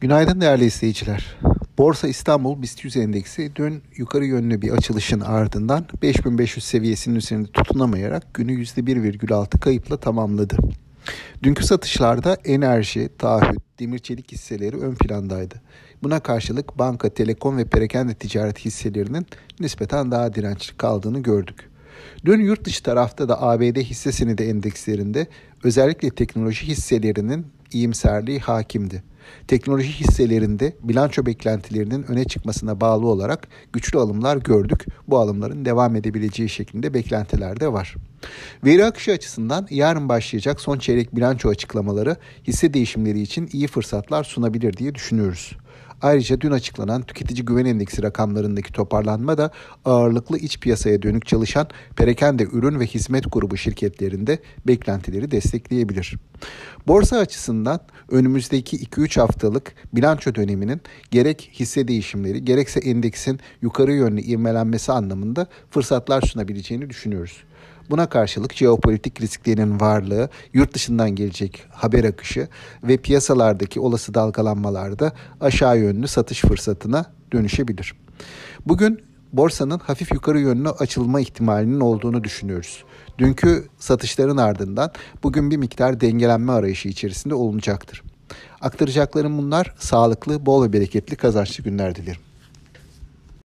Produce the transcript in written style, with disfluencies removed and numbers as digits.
Günaydın değerli izleyiciler. Borsa İstanbul BIST 100 endeksi dün yukarı yönlü bir açılışın ardından 5500 seviyesinin üzerinde tutunamayarak günü %1,6 kayıpla tamamladı. Dünkü satışlarda enerji, taahhüt, demir çelik hisseleri ön plandaydı. Buna karşılık banka, telekom ve perakende ticaret hisselerinin nispeten daha dirençli kaldığını gördük. Dün yurt dışı tarafta da ABD hisse senedi endekslerinde özellikle teknoloji hisselerinin iyimserliği hakimdi. Teknoloji hisselerinde bilanço beklentilerinin öne çıkmasına bağlı olarak güçlü alımlar gördük. Bu alımların devam edebileceği şeklinde beklentiler de var. Veri akışı açısından yarın başlayacak son çeyrek bilanço açıklamaları hisse değişimleri için iyi fırsatlar sunabilir diye düşünüyoruz. Ayrıca dün açıklanan tüketici güven endeksi rakamlarındaki toparlanma da ağırlıklı iç piyasaya dönük çalışan perakende ürün ve hizmet grubu şirketlerinde beklentileri destekleyebilir. Borsa açısından önümüzdeki 2-3 haftalık bilanço döneminin gerek hisse değişimleri gerekse endeksin yukarı yönlü ivmelenmesi anlamında fırsatlar sunabileceğini düşünüyoruz. Buna karşılık jeopolitik risklerin varlığı, yurt dışından gelecek haber akışı ve piyasalardaki olası dalgalanmalarda aşağı yönlü satış fırsatına dönüşebilir. Bugün borsanın hafif yukarı yönlü açılma ihtimalinin olduğunu düşünüyoruz. Dünkü satışların ardından bugün bir miktar dengelenme arayışı içerisinde olunacaktır. Aktaracaklarım bunlar. Sağlıklı, bol ve bereketli kazançlı günler dilerim.